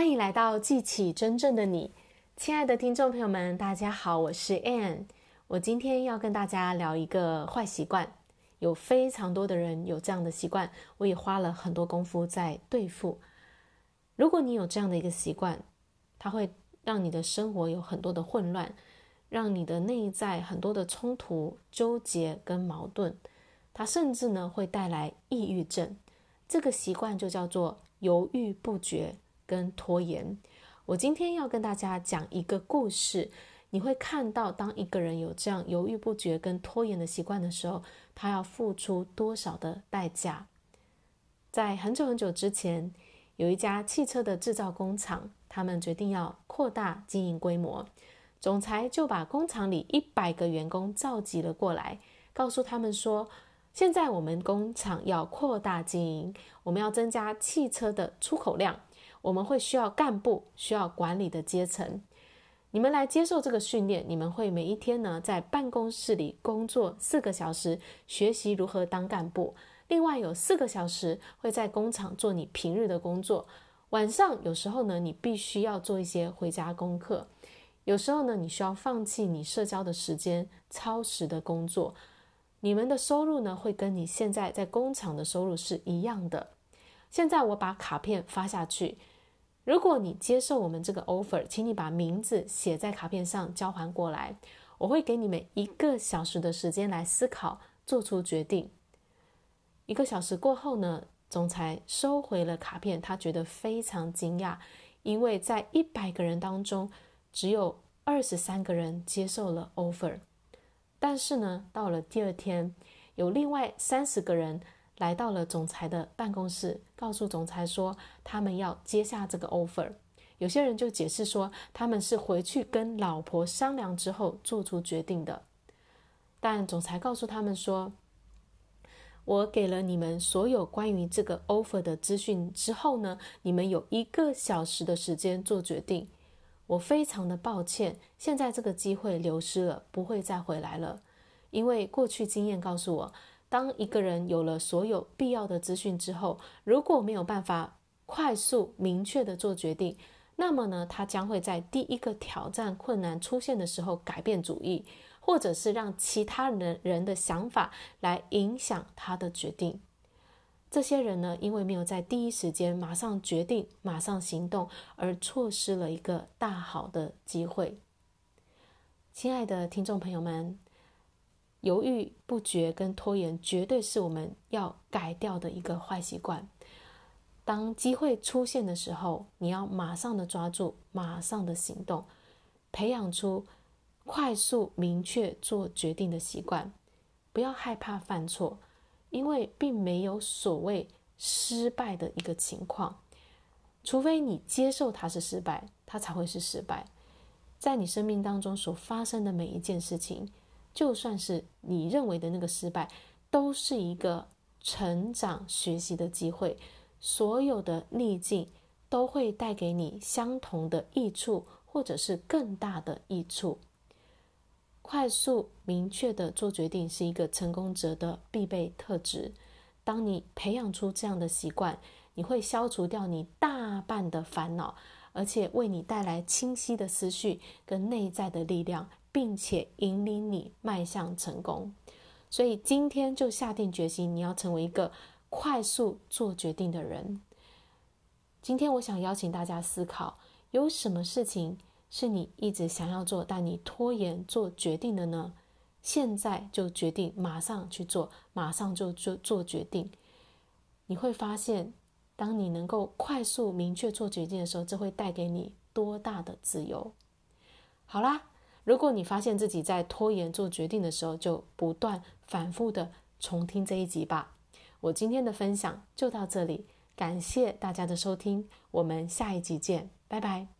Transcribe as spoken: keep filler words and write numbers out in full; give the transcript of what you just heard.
欢迎来到记起真正的你。亲爱的听众朋友们，大家好，我是 Ann。 我今天要跟大家聊一个坏习惯，有非常多的人有这样的习惯，我也花了很多功夫在对付。如果你有这样的一个习惯，它会让你的生活有很多的混乱，让你的内在很多的冲突、纠结跟矛盾，它甚至呢会带来抑郁症。这个习惯就叫做犹豫不决跟拖延。我今天要跟大家讲一个故事，你会看到当一个人有这样犹豫不决跟拖延的习惯的时候，他要付出多少的代价。在很久很久之前，有一家汽车的制造工厂，他们决定要扩大经营规模，总裁就把工厂里一百个员工召集了过来，告诉他们说，现在我们工厂要扩大经营，我们要增加汽车的出口量，我们会需要干部，需要管理的阶层。你们来接受这个训练，你们会每一天呢在办公室里工作四个小时，学习如何当干部。另外有四个小时会在工厂做你平日的工作。晚上有时候呢，你必须要做一些回家功课。有时候呢，你需要放弃你社交的时间，超时的工作。你们的收入呢，会跟你现在在工厂的收入是一样的。现在我把卡片发下去，如果你接受我们这个 offer， 请你把名字写在卡片上交还过来。我会给你们一个小时的时间来思考，做出决定。一个小时过后呢，总裁收回了卡片，他觉得非常惊讶，因为在一百个人当中，只有二十三个人接受了 offer。但是呢，到了第二天，有另外三十个人来到了总裁的办公室，告诉总裁说他们要接下这个 offer。 有些人就解释说他们是回去跟老婆商量之后做出决定的。但总裁告诉他们说，我给了你们所有关于这个 offer 的资讯之后呢，你们有一个小时的时间做决定。我非常的抱歉，现在这个机会流失了，不会再回来了。因为过去经验告诉我，当一个人有了所有必要的资讯之后，如果没有办法快速明确的做决定，那么呢，他将会在第一个挑战困难出现的时候改变主意，或者是让其他人人的想法来影响他的决定。这些人呢，因为没有在第一时间马上决定，马上行动，而错失了一个大好的机会。亲爱的听众朋友们，犹豫不决跟拖延绝对是我们要改掉的一个坏习惯。当机会出现的时候，你要马上的抓住，马上的行动，培养出快速明确做决定的习惯。不要害怕犯错，因为并没有所谓失败的一个情况，除非你接受它是失败，它才会是失败。在你生命当中所发生的每一件事情，就算是你认为的那个失败，都是一个成长学习的机会。所有的逆境都会带给你相同的益处，或者是更大的益处。快速明确的做决定是一个成功者的必备特质。当你培养出这样的习惯，你会消除掉你大半的烦恼，而且为你带来清晰的思绪跟内在的力量，并且引领你迈向成功。所以今天就下定决心，你要成为一个快速做决定的人。今天我想邀请大家思考，有什么事情是你一直想要做，但你拖延做决定的呢？现在就决定，马上去做，马上就做做决定。你会发现，当你能够快速明确做决定的时候，这会带给你多大的自由。好啦，如果你发现自己在拖延做决定的时候，就不断反复的重听这一集吧。我今天的分享就到这里，感谢大家的收听，我们下一集见，拜拜。